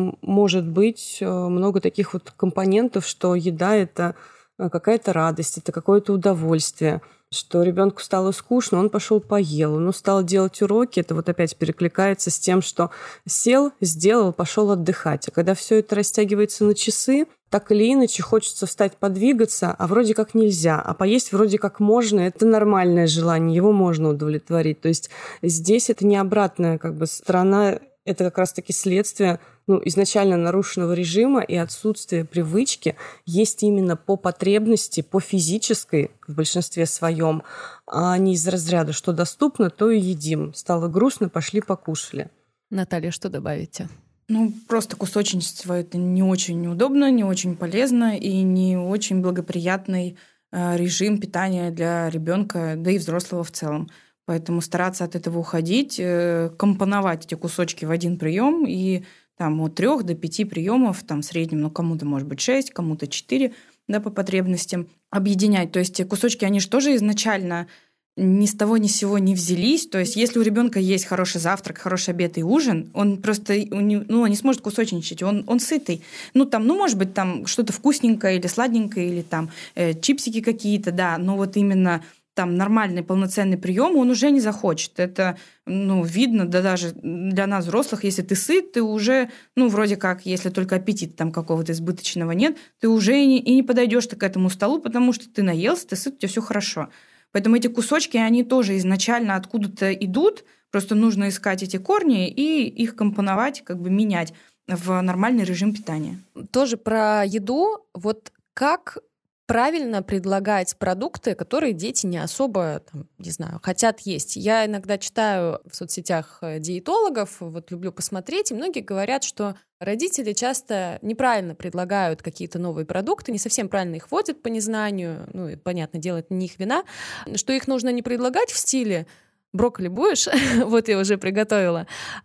может быть много таких вот компонентов, что еда – это какая-то радость, это какое-то удовольствие, что ребенку стало скучно, он пошел поел, он устал делать уроки, это вот опять перекликается с тем, что сел, сделал, пошел отдыхать. А когда все это растягивается на часы, так или иначе хочется встать, подвигаться, а вроде как нельзя, а поесть вроде как можно, это нормальное желание, его можно удовлетворить. То есть здесь это не обратная сторона, это как раз-таки следствие изначально нарушенного режима и отсутствия привычки есть именно по потребности, по физической в большинстве своем, а не из разряда, что доступно, то и едим. Стало грустно, пошли покушали. Наталья, что добавите? Просто кусочничество – это не очень удобно, не очень полезно и не очень благоприятный режим питания для ребенка, да и взрослого в целом. Поэтому стараться от этого уходить, компоновать эти кусочки в один прием и от 3 до 5 приемов, в среднем, кому-то может быть 6, кому-то 4, по потребностям, объединять. То есть кусочки, они же тоже изначально ни с того ни с сего не взялись. То есть если у ребенка есть хороший завтрак, хороший обед и ужин, он просто не сможет кусочничать, он сытый. Может быть, что-то вкусненькое или сладенькое, или чипсики какие-то, да, но вот именно нормальный полноценный прием, он уже не захочет. Это, видно, да даже для нас, взрослых, если ты сыт, ты уже, вроде как, если только аппетита какого-то избыточного нет, ты уже и не подойдешь к этому столу, потому что ты наелся, ты сыт, у тебя все хорошо. Поэтому эти кусочки, они тоже изначально откуда-то идут, просто нужно искать эти корни и их компоновать, менять в нормальный режим питания. Тоже про еду. Вот как правильно предлагать продукты, которые дети не особо, хотят есть. Я иногда читаю в соцсетях диетологов, люблю посмотреть, и многие говорят, что родители часто неправильно предлагают какие-то новые продукты, не совсем правильно их вводят по незнанию, и, понятное дело, это не их вина, что их нужно не предлагать в стиле «брокколи будешь?» Вот я уже приготовила.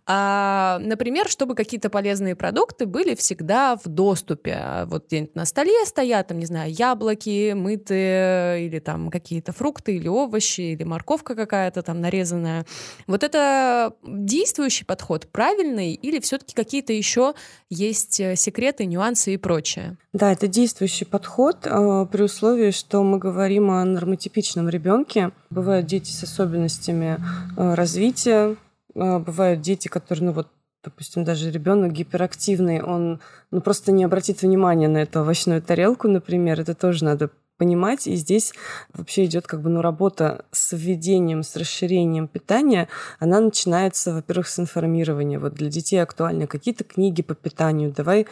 Например, чтобы какие-то полезные продукты были всегда в доступе. Вот где-нибудь на столе стоят, яблоки мытые, или какие-то фрукты, или овощи, или морковка какая-то нарезанная. Вот это действующий подход, правильный, или все-таки какие-то еще есть секреты, нюансы и прочее? Да, это действующий подход при условии, что мы говорим о нормотипичном ребенке. Бывают дети с особенностями развития, бывают дети, которые, допустим, даже ребенок гиперактивный, он просто не обратит внимания на эту овощную тарелку, например, это тоже надо понимать. И здесь вообще идет работа с введением, с расширением питания. Она начинается, во-первых, с информирования. Вот для детей актуальны какие-то книги по питанию. Давай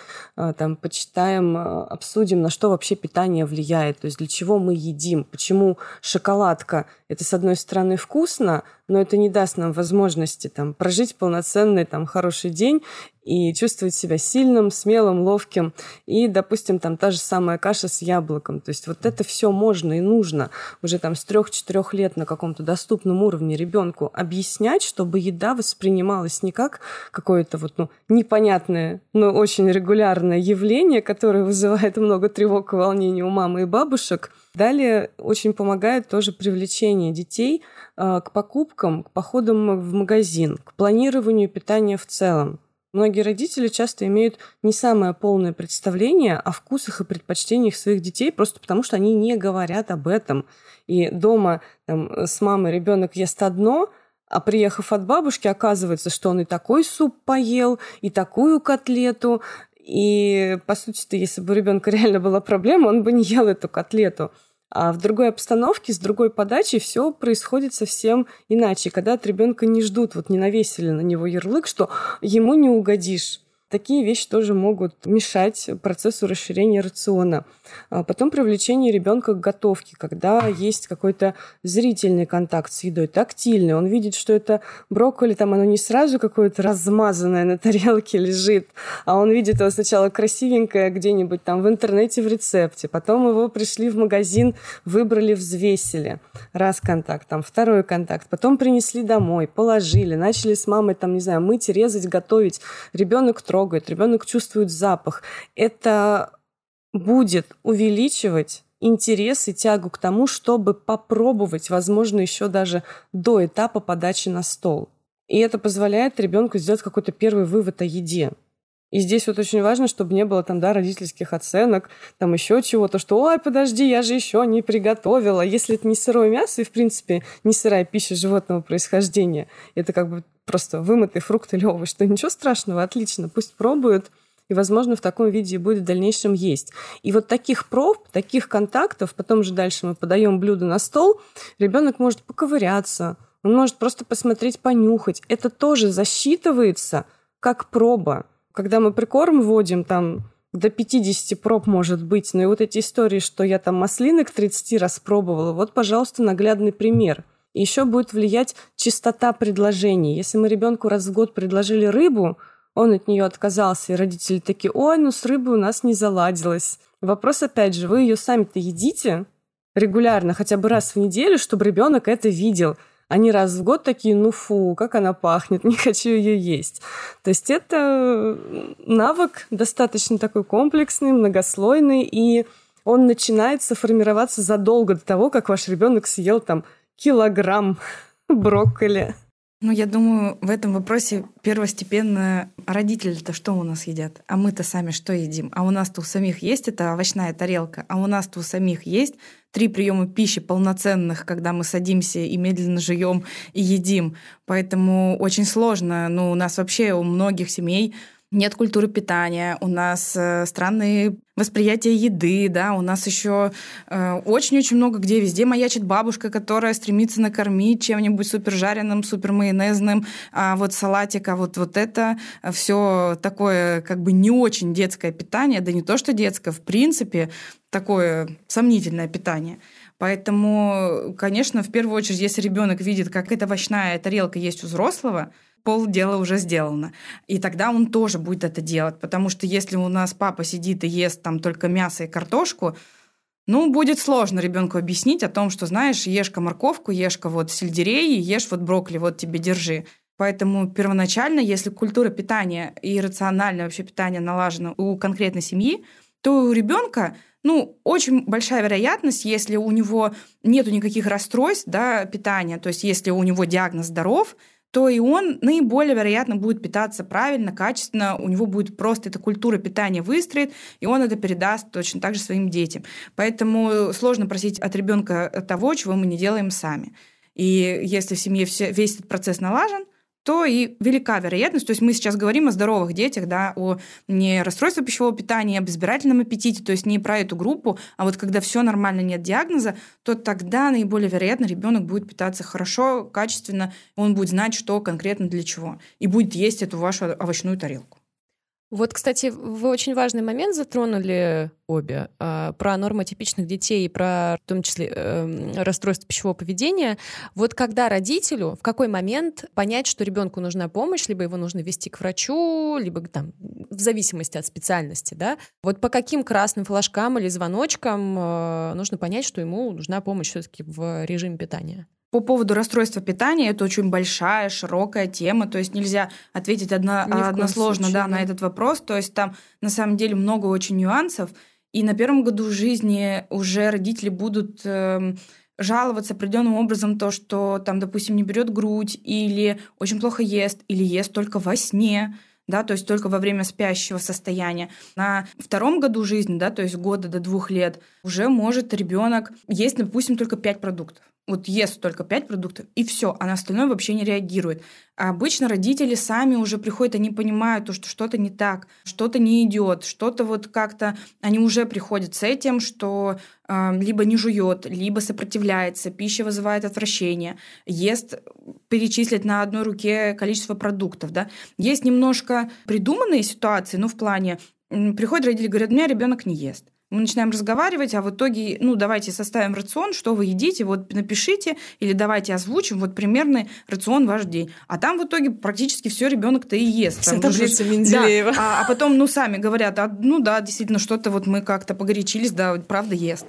почитаем, обсудим, на что вообще питание влияет. То есть для чего мы едим. Почему шоколадка – это, с одной стороны, вкусно, но это не даст нам возможности прожить полноценный хороший день и чувствовать себя сильным, смелым, ловким. И, допустим, та же самая каша с яблоком. То есть вот это все можно и нужно уже с 3-4 лет на каком-то доступном уровне ребенку объяснять, чтобы еда воспринималась не как какое-то непонятное, но очень регулярное явление, которое вызывает много тревог и волнений у мамы и бабушек. Далее очень помогает тоже привлечение детей к покупкам, к походам в магазин, к планированию питания в целом. Многие родители часто имеют не самое полное представление о вкусах и предпочтениях своих детей, просто потому что они не говорят об этом. И дома с мамой ребенок ест одно, а приехав от бабушки, оказывается, что он и такой суп поел, и такую котлету. И, по сути-то, если бы у ребенка реально была проблема, он бы не ел эту котлету. А в другой обстановке, с другой подачей все происходит совсем иначе. Когда от ребенка не ждут, не навесили на него ярлык, что ему не угодишь. Такие вещи тоже могут мешать процессу расширения рациона. Потом привлечение ребенка к готовке, когда есть какой-то зрительный контакт с едой, тактильный. Он видит, что это брокколи, оно не сразу какое-то размазанное на тарелке лежит, а он видит его сначала красивенькое где-нибудь в интернете в рецепте, потом его пришли в магазин, выбрали, взвесили. Раз контакт, второй контакт, потом принесли домой, положили, начали с мамой, мыть, резать, готовить. Ребенок трогает, ребенок чувствует запах. Это будет увеличивать интерес и тягу к тому, чтобы попробовать, возможно, еще даже до этапа подачи на стол. И это позволяет ребенку сделать какой-то первый вывод о еде. И здесь вот очень важно, чтобы не было там, да, родительских оценок, там еще чего-то, что «Ой, подожди, я же еще не приготовила». Если это не сырое мясо и, в принципе, не сырая пища животного происхождения, это как бы просто вымытый фрукт или овощ, то ничего страшного, отлично, пусть пробуют, и, возможно, в таком виде и будет в дальнейшем есть. И вот таких проб, таких контактов, потом же дальше мы подаем блюдо на стол, ребенок может поковыряться, он может просто посмотреть, понюхать. Это тоже засчитывается как проба. Когда мы прикорм вводим, там до 50 проб может быть, но и вот эти истории, что я там маслины к 30 раз пробовала, вот, пожалуйста, наглядный пример. И еще будет влиять частота предложений. Если мы ребенку раз в год предложили рыбу, он от нее отказался, и родители такие: ой, ну с рыбой у нас не заладилось. Вопрос опять же, вы ее сами-то едите регулярно, хотя бы раз в неделю, чтобы ребенок это видел. Они раз в год такие: ну фу, как она пахнет, не хочу ее есть. То есть это навык достаточно такой комплексный, многослойный, и он начинается формироваться задолго до того, как ваш ребенок съел там килограмм брокколи. Ну, я думаю, в этом вопросе первостепенно родители-то что у нас едят, а мы-то сами что едим? А у нас-то у самих есть эта овощная тарелка, а у нас-то у самих есть 3 приема пищи полноценных, когда мы садимся и медленно жуем и едим. Поэтому очень сложно. Ну, у нас вообще у многих семей нет культуры питания, у нас странные восприятия еды, да, у нас еще очень-очень много где везде маячит бабушка, которая стремится накормить чем-нибудь супержареным, супермайонезным, а вот салатик, а вот это все такое как бы не очень детское питание, да не то что детское, в принципе, такое сомнительное питание. Поэтому, конечно, в первую очередь, если ребенок видит, как эта овощная тарелка есть у взрослого, полдела уже сделано. И тогда он тоже будет это делать. Потому что если у нас папа сидит и ест там только мясо и картошку, ну, будет сложно ребенку объяснить о том, что, знаешь, ешь-ка морковку, ешь-ка вот сельдерей, ешь вот брокколи, вот тебе держи. Поэтому первоначально, если культура питания и рациональное вообще питание налажено у конкретной семьи, то у ребенка очень большая вероятность, если у него нету никаких расстройств, да, питания, то есть если у него диагноз здоров, то и он наиболее вероятно будет питаться правильно, качественно, у него будет просто эта культура питания выстроит, и он это передаст точно так же своим детям. Поэтому сложно просить от ребенка того, чего мы не делаем сами. И если в семье весь этот процесс налажен, то и велика вероятность, то есть мы сейчас говорим о здоровых детях, да, о не расстройстве пищевого питания, об избирательном аппетите, то есть не про эту группу, а вот когда все нормально, нет диагноза, то тогда наиболее вероятно ребенок будет питаться хорошо, качественно, он будет знать, что конкретно для чего, и будет есть эту вашу овощную тарелку. Вот, кстати, вы очень важный момент затронули обе, про нормотипичных детей и про, в том числе, расстройство пищевого поведения. Вот когда родителю, в какой момент понять, что ребенку нужна помощь, либо его нужно вести к врачу, либо там, в зависимости от специальности, да? Вот по каким красным флажкам или звоночкам нужно понять, что ему нужна помощь все-таки в режиме питания? По поводу расстройства питания, это очень большая, широкая тема, то есть нельзя ответить односложно на этот вопрос, то есть там на самом деле много очень нюансов, и на первом году жизни уже родители будут жаловаться определенным образом то, что там, допустим, не берет грудь, или очень плохо ест, или ест только во сне, да, то есть только во время спящего состояния. На втором году жизни, да, то есть года до 2 лет, уже может ребенок есть, допустим, только 5 продуктов. Вот ест только 5 продуктов, и все, а на остальное вообще не реагирует. А обычно родители сами уже приходят, они понимают, что что-то не так, что-то не идет, что-то вот как-то они уже приходят с этим, что либо не жует, либо сопротивляется, пища вызывает отвращение, ест, перечислить на одной руке количество продуктов. Да? Есть немножко придуманные ситуации, в плане, приходят родители, говорят: у меня ребенок не ест. Мы начинаем разговаривать, а в итоге, давайте составим рацион, что вы едите, вот напишите, или давайте озвучим вот примерный рацион ваш день. А там в итоге практически все ребенок-то и ест. Вся таблица Менделеева. Да, а потом, сами говорят: да, действительно, что-то вот мы как-то погорячились, да, правда ест.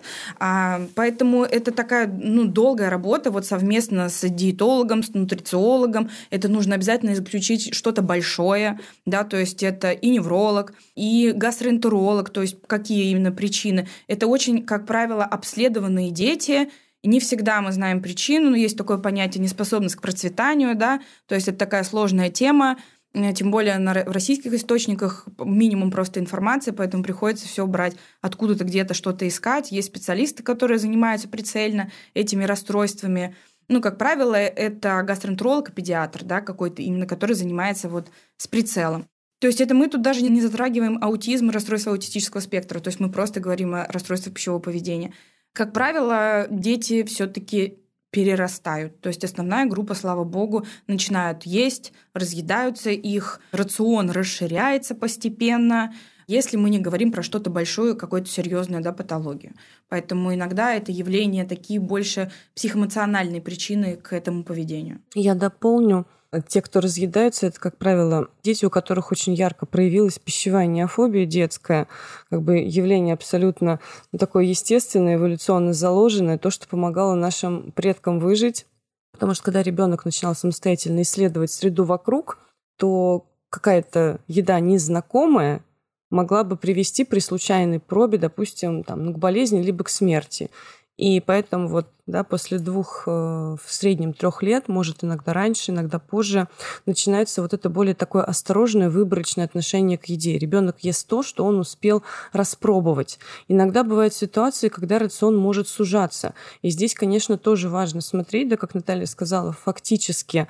Поэтому это такая, долгая работа вот совместно с диетологом, с нутрициологом. Это нужно обязательно исключить что-то большое, да, то есть это и невролог, и гастроэнтеролог, то есть какие именно причины. Это очень, как правило, обследованные дети. И не всегда мы знаем причину, но есть такое понятие неспособность к процветанию, да, то есть это такая сложная тема. Тем более в российских источниках минимум просто информации, поэтому приходится все брать откуда-то где-то что-то искать. Есть специалисты, которые занимаются прицельно этими расстройствами. Как правило, это гастроэнтеролог и педиатр, да, какой-то именно, который занимается вот с прицелом. То есть это мы тут даже не затрагиваем аутизм и расстройство аутистического спектра, то есть мы просто говорим о расстройстве пищевого поведения. Как правило, дети все-таки перерастают. То есть основная группа, слава богу, начинают есть, разъедаются, их рацион расширяется постепенно, если мы не говорим про что-то большое, какую-то серьезную, да, патологию. Поэтому иногда это явления такие больше психоэмоциональные причины к этому поведению. Я дополню. Те, кто разъедаются, это, как правило, дети, у которых очень ярко проявилась пищевая неофобия детская, явление абсолютно такое естественное, эволюционно заложенное, то, что помогало нашим предкам выжить. Потому что когда ребенок начинал самостоятельно исследовать среду вокруг, то какая-то еда незнакомая могла бы привести при случайной пробе, допустим, к болезни либо к смерти. И поэтому после 2, в среднем 3 лет, может иногда раньше, иногда позже, начинается это более такое осторожное, выборочное отношение к еде. Ребенок ест то, что он успел распробовать. Иногда бывают ситуации, когда рацион может сужаться. И здесь, конечно, тоже важно смотреть, да, как Наталья сказала, фактически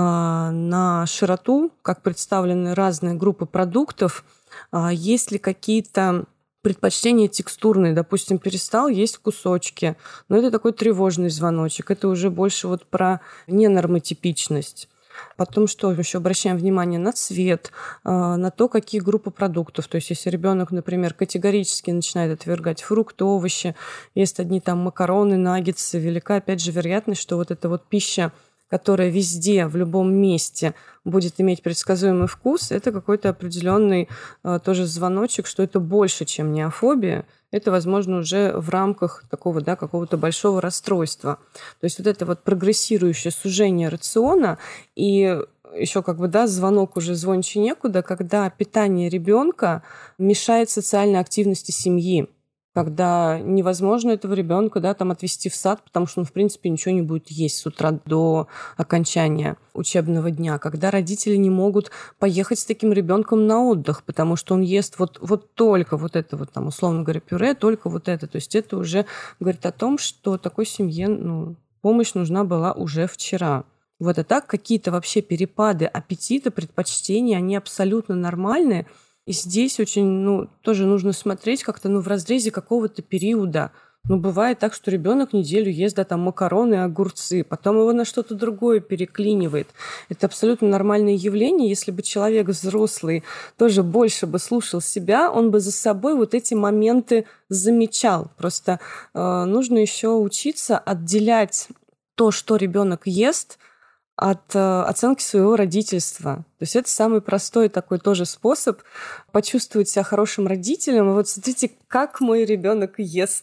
на широту, как представлены разные группы продуктов, есть ли какие-то предпочтения текстурные, допустим, перестал есть кусочки, но это такой тревожный звоночек, это уже больше про ненормотипичность. Потом что еще? Обращаем внимание на цвет, на то, какие группы продуктов. То есть если ребенок, например, категорически начинает отвергать фрукты, овощи, ест одни макароны, наггетсы, велика, опять же, вероятность, что эта пища, которая везде, в любом месте будет иметь предсказуемый вкус, это какой-то определенный тоже звоночек, что это больше, чем неофобия. Это, возможно, уже в рамках такого, да, какого-то большого расстройства. То есть это прогрессирующее сужение рациона и еще звонок уже звонче некуда, когда питание ребенка мешает социальной активности семьи, когда невозможно этого ребенка отвезти в сад, потому что он, в принципе, ничего не будет есть с утра до окончания учебного дня, когда родители не могут поехать с таким ребенком на отдых, потому что он ест только это, условно говоря, пюре, только это. То есть это уже говорит о том, что такой семье помощь нужна была уже вчера. А так какие-то вообще перепады аппетита, предпочтения, они абсолютно нормальные. И здесь очень, тоже нужно смотреть как-то, в разрезе какого-то периода. Бывает так, что ребенок неделю ест, макароны, огурцы, потом его на что-то другое переклинивает. Это абсолютно нормальное явление. Если бы человек взрослый тоже больше бы слушал себя, он бы за собой эти моменты замечал. Просто нужно еще учиться отделять то, что ребенок ест, от оценки своего родительства. То есть это самый простой такой тоже способ почувствовать себя хорошим родителем. И смотрите, как мой ребенок ест.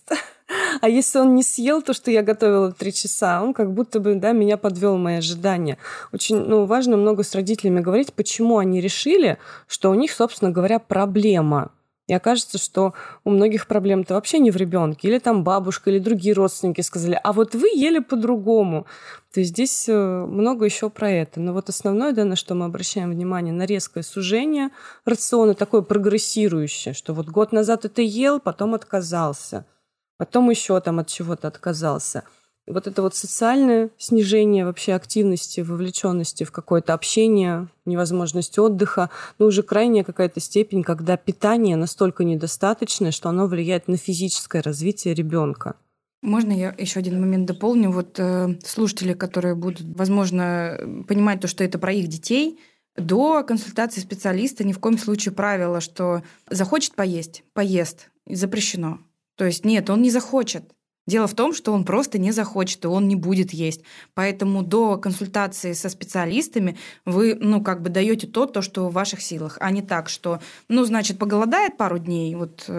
А если он не съел то, что я готовила 3 часа, он как будто бы, да, меня подвел мои ожидания. Очень важно много с родителями говорить, почему они решили, что у них, собственно говоря, проблема. И окажется, что у многих проблем-то вообще не в ребенке. Или бабушка, или другие родственники сказали, а вы ели по-другому. То есть здесь много еще про это. Но основное, да, на что мы обращаем внимание, на резкое сужение рациона, такое прогрессирующее, что год назад это ел, потом отказался. Потом еще от чего-то отказался. И это социальное снижение вообще активности, вовлеченности в какое-то общение, невозможность отдыха, уже крайняя какая-то степень, когда питание настолько недостаточное, что оно влияет на физическое развитие ребенка. Можно я еще один момент дополню? Слушатели, которые будут, возможно, понимать то, что это про их детей, до консультации специалиста ни в коем случае правило, что захочет поесть, поест, запрещено. То есть нет, он не захочет. Дело в том, что он просто не захочет, и он не будет есть. Поэтому до консультации со специалистами вы, даете то, что в ваших силах, а не так, что, значит, поголодает пару дней,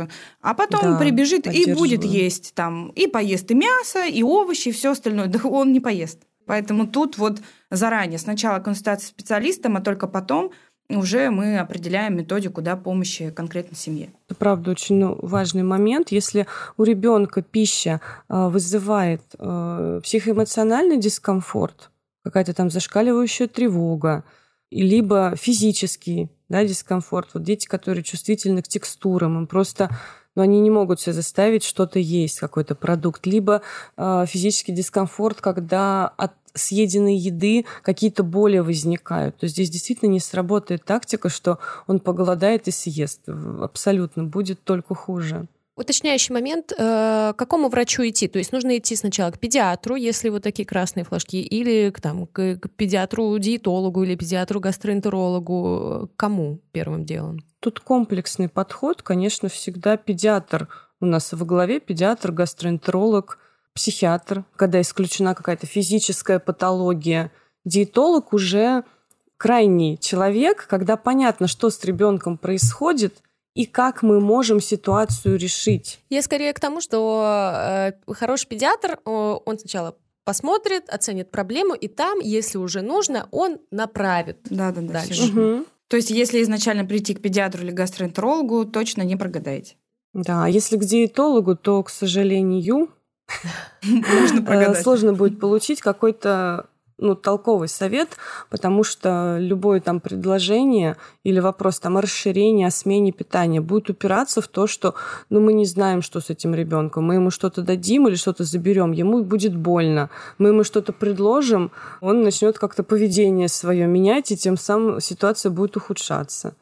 а потом прибежит и будет есть и поест и мясо, и овощи, и все остальное. Да он не поест. Поэтому тут заранее сначала консультация с специалистом, а только потом уже мы определяем методику помощи конкретной семье. Это, правда, очень важный момент. Если у ребенка пища вызывает психоэмоциональный дискомфорт, какая-то зашкаливающая тревога, либо физический, да, дискомфорт. Вот дети, которые чувствительны к текстурам, им просто они не могут себя заставить что-то есть, какой-то продукт. Либо физический дискомфорт, когда от съеденной еды какие-то боли возникают. То есть здесь действительно не сработает тактика, что он поголодает и съест. Абсолютно. Будет только хуже. Уточняющий момент, к какому врачу идти? То есть нужно идти сначала к педиатру, если вот такие красные флажки, или к педиатру-диетологу или педиатру-гастроэнтерологу. Кому первым делом? Тут комплексный подход. Конечно, всегда педиатр у нас во главе, педиатр, гастроэнтеролог, психиатр, когда исключена какая-то физическая патология. Диетолог уже крайний человек, когда понятно, что с ребенком происходит, и как мы можем ситуацию решить. Я скорее к тому, что хороший педиатр, он сначала посмотрит, оценит проблему, и там, если уже нужно, он направит дальше. Угу. То есть если изначально прийти к педиатру или гастроэнтерологу, точно не прогадаете? Да, если к диетологу, то, к сожалению, можно сложно будет получить какой-то толковый совет, потому что любое там предложение или вопрос там о расширении, о смене питания будет упираться в то, что мы не знаем, что с этим ребенком. Мы ему что-то дадим или что-то заберем, ему будет больно. Мы ему что-то предложим, он начнет как-то поведение свое менять, и тем самым ситуация будет ухудшаться.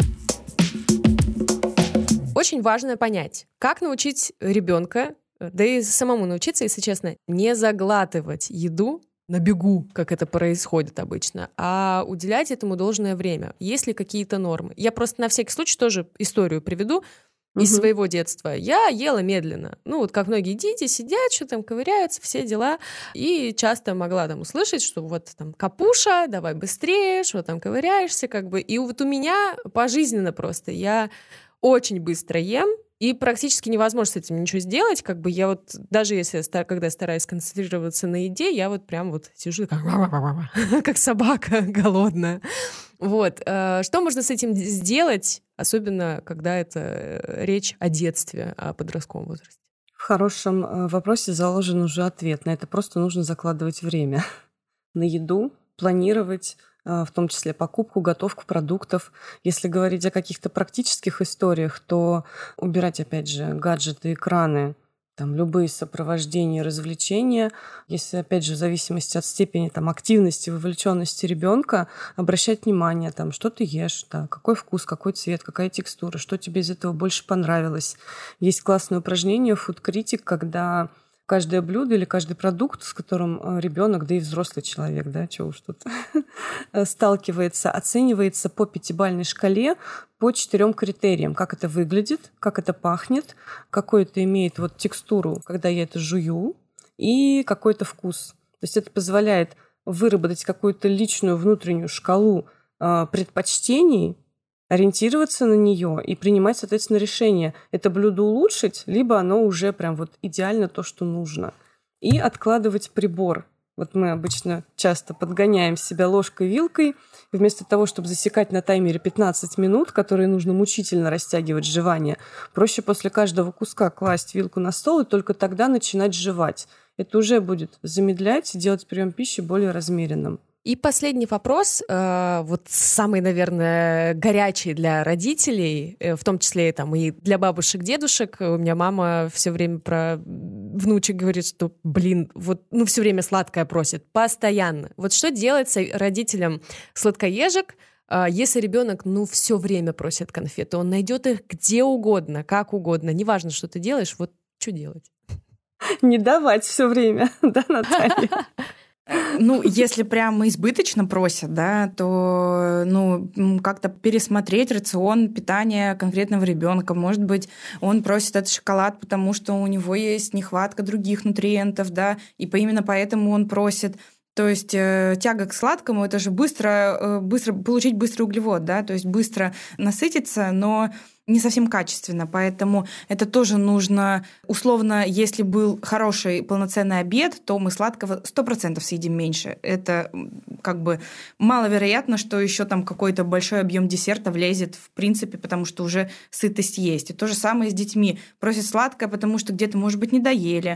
Очень важно понять, как научить ребенка, да и самому научиться, если честно, не заглатывать еду на бегу, как это происходит обычно, а уделять этому должное время. Есть ли какие-то нормы? Я просто на всякий случай тоже историю приведу из своего детства. Я ела медленно. Как многие дети сидят, что там ковыряются, все дела. И часто могла там услышать, что вот там капуша, давай быстрее, что там ковыряешься, как бы. И вот у меня пожизненно просто я очень быстро ем, и практически невозможно с этим ничего сделать. Как бы я вот, даже если когда стараюсь концентрироваться на еде, я вот прям вот сижу как собака голодная. Вот. Что можно с этим сделать, особенно когда это речь о детстве, о подростковом возрасте? В хорошем вопросе заложен уже ответ. На это просто нужно закладывать время на еду, планировать, в том числе покупку, готовку продуктов. Если говорить о каких-то практических историях, то убирать, опять же, гаджеты, экраны, там, любые сопровождения, развлечения. Если, опять же, в зависимости от степени там, активности, вовлеченности ребенка, обращать внимание, там, что ты ешь, да, какой вкус, какой цвет, какая текстура, что тебе из этого больше понравилось. Есть классное упражнение Food Critic, когда каждое блюдо или каждый продукт, с которым ребенок, да и взрослый человек, да, чего уж тут, сталкивается, оценивается по 5-бальной шкале по 4 критериям. Как это выглядит, как это пахнет, какой это имеет вот текстуру, когда я это жую, и какой-то вкус. То есть это позволяет выработать какую-то личную внутреннюю шкалу предпочтений, ориентироваться на нее и принимать, соответственно, решение. Это блюдо улучшить, либо оно уже прям вот идеально то, что нужно. И откладывать прибор. Вот мы обычно часто подгоняем себя ложкой-вилкой. Вместо того, чтобы засекать на таймере 15 минут, которые нужно мучительно растягивать жевание, проще после каждого куска класть вилку на стол и только тогда начинать жевать. Это уже будет замедлять и делать прием пищи более размеренным. И последний вопрос, вот самый, наверное, горячий для родителей, в том числе там, и для бабушек, дедушек. У меня мама все время про внучек говорит, что, все время сладкое просит, постоянно. Вот что делать родителям сладкоежек, если ребенок, все время просит конфеты? Он найдет их где угодно, как угодно. Неважно, что ты делаешь, вот что делать? Не давать все время, да, Наталья? Если прям избыточно просят, да, то, как-то пересмотреть рацион питания конкретного ребенка. Может быть, он просит этот шоколад, потому что у него есть нехватка других нутриентов, да, и именно поэтому он просит. То есть тяга к сладкому — это же быстро получить быстрый углевод, да, то есть быстро насытиться, но не совсем качественно. Поэтому это тоже нужно, условно, если был хороший полноценный обед, то мы сладкого 100% съедим меньше. Это как бы маловероятно, что еще там какой-то большой объем десерта влезет в принципе, потому что уже сытость есть. И то же самое с детьми. Просят сладкое, потому что где-то, может быть, не доели.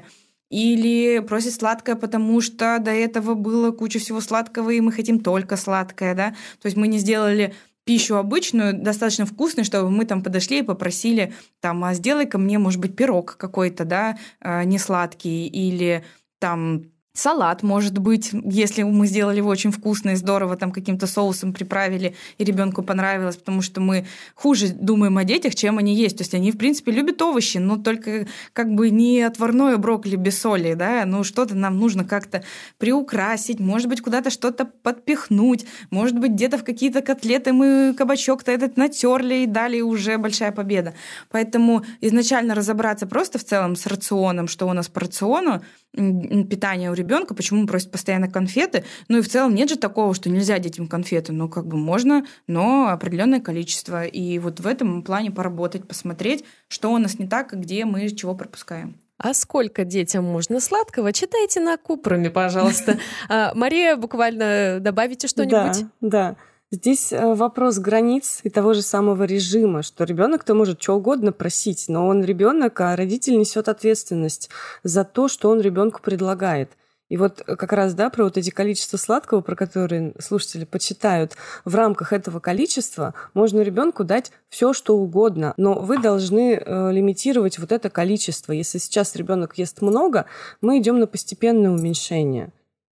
или просит сладкое, потому что до этого было куча всего сладкого, и мы хотим только сладкое, да. То есть мы не сделали пищу обычную, достаточно вкусную, чтобы мы там подошли и попросили, там, а сделай-ка мне, может быть, пирог какой-то, да, не сладкий, или там салат, может быть, если мы сделали его очень вкусно и здорово, там каким-то соусом приправили, и ребенку понравилось, потому что мы хуже думаем о детях, чем они есть. То есть они, в принципе, любят овощи, но только как бы не отварное брокколи без соли, да, ну что-то нам нужно как-то приукрасить, может быть, куда-то что-то подпихнуть, может быть, где-то в какие-то котлеты мы кабачок-то этот натерли и дали, уже большая победа. Поэтому изначально разобраться просто в целом с рационом, что у нас по рациону, питания у ребенка, почему он просит постоянно конфеты. Ну и в целом нет же такого, что нельзя детям конфеты. Ну, как бы можно, но определенное количество. И вот в этом плане поработать, посмотреть, что у нас не так, и где мы чего пропускаем. А сколько детям можно сладкого? Читайте на Купруме, пожалуйста. Мария, буквально добавите что-нибудь? Да. Здесь вопрос границ и того же самого режима, что ребенок-то может что угодно просить, но он ребенок, а родитель несет ответственность за то, что он ребенку предлагает. И вот как раз, да, про вот эти количества сладкого, про которые слушатели почитают, в рамках этого количества можно ребенку дать все, что угодно, но вы должны лимитировать вот это количество. Если сейчас ребенок ест много, мы идем на постепенное уменьшение.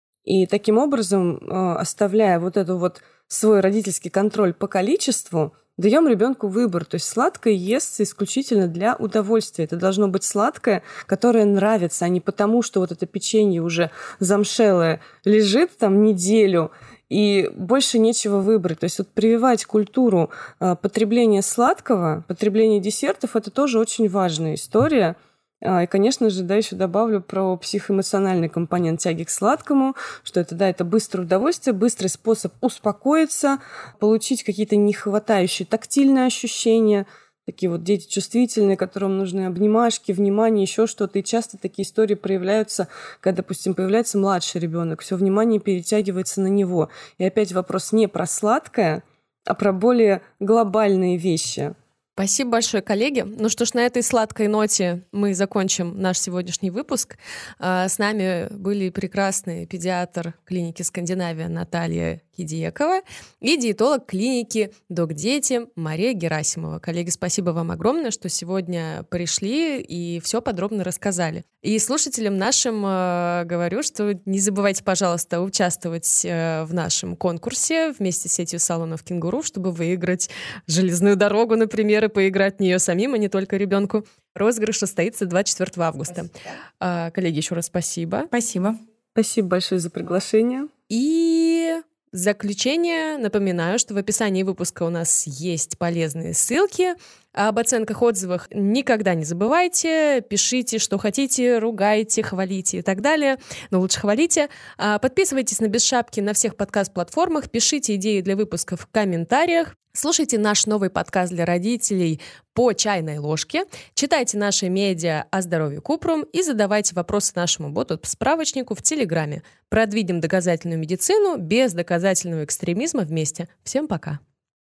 И таким образом, оставляя вот эту вот свой родительский контроль по количеству, даем ребенку выбор. То есть сладкое естся исключительно для удовольствия. Это должно быть сладкое, которое нравится, а не потому, что вот это печенье уже замшелое лежит там неделю, и больше нечего выбрать. То есть вот прививать культуру потребления сладкого, потребления десертов, это тоже очень важная история. И, конечно же, да, еще добавлю про психоэмоциональный компонент тяги к сладкому, что это, да, это быстрое удовольствие, быстрый способ успокоиться, получить какие-то нехватающие тактильные ощущения, такие вот дети чувствительные, которым нужны обнимашки, внимание, еще что-то. И часто такие истории проявляются, когда, допустим, появляется младший ребенок, все внимание перетягивается на него. И опять вопрос не про сладкое, а про более глобальные вещи. Спасибо большое, коллеги. Ну что ж, на этой сладкой ноте мы закончим наш сегодняшний выпуск. С нами были прекрасный педиатр клиники «Скандинавия» Наталья Хидиекова и диетолог клиники «Док-Дети» Мария Герасимова. Коллеги, спасибо вам огромное, что сегодня пришли и все подробно рассказали. И слушателям нашим говорю, что не забывайте, пожалуйста, участвовать в нашем конкурсе вместе с сетью салонов «Кенгуру», чтобы выиграть железную дорогу, например, и поиграть в нее самим, а не только ребенку. Розыгрыш состоится 24 августа. Коллеги, еще раз спасибо. Спасибо. Спасибо большое за приглашение. И в заключение напоминаю, что в описании выпуска у нас есть полезные ссылки. Об оценках, отзывах никогда не забывайте. Пишите, что хотите, ругайте, хвалите и так далее. Но лучше хвалите. Подписывайтесь на «Без шапки» на всех подкаст-платформах. Пишите идеи для выпусков в комментариях. Слушайте наш новый подкаст для родителей «По чайной ложке». Читайте наши медиа о здоровье Купрум и задавайте вопросы нашему боту-справочнику в Телеграме. Продвинем доказательную медицину без доказательного экстремизма вместе. Всем пока!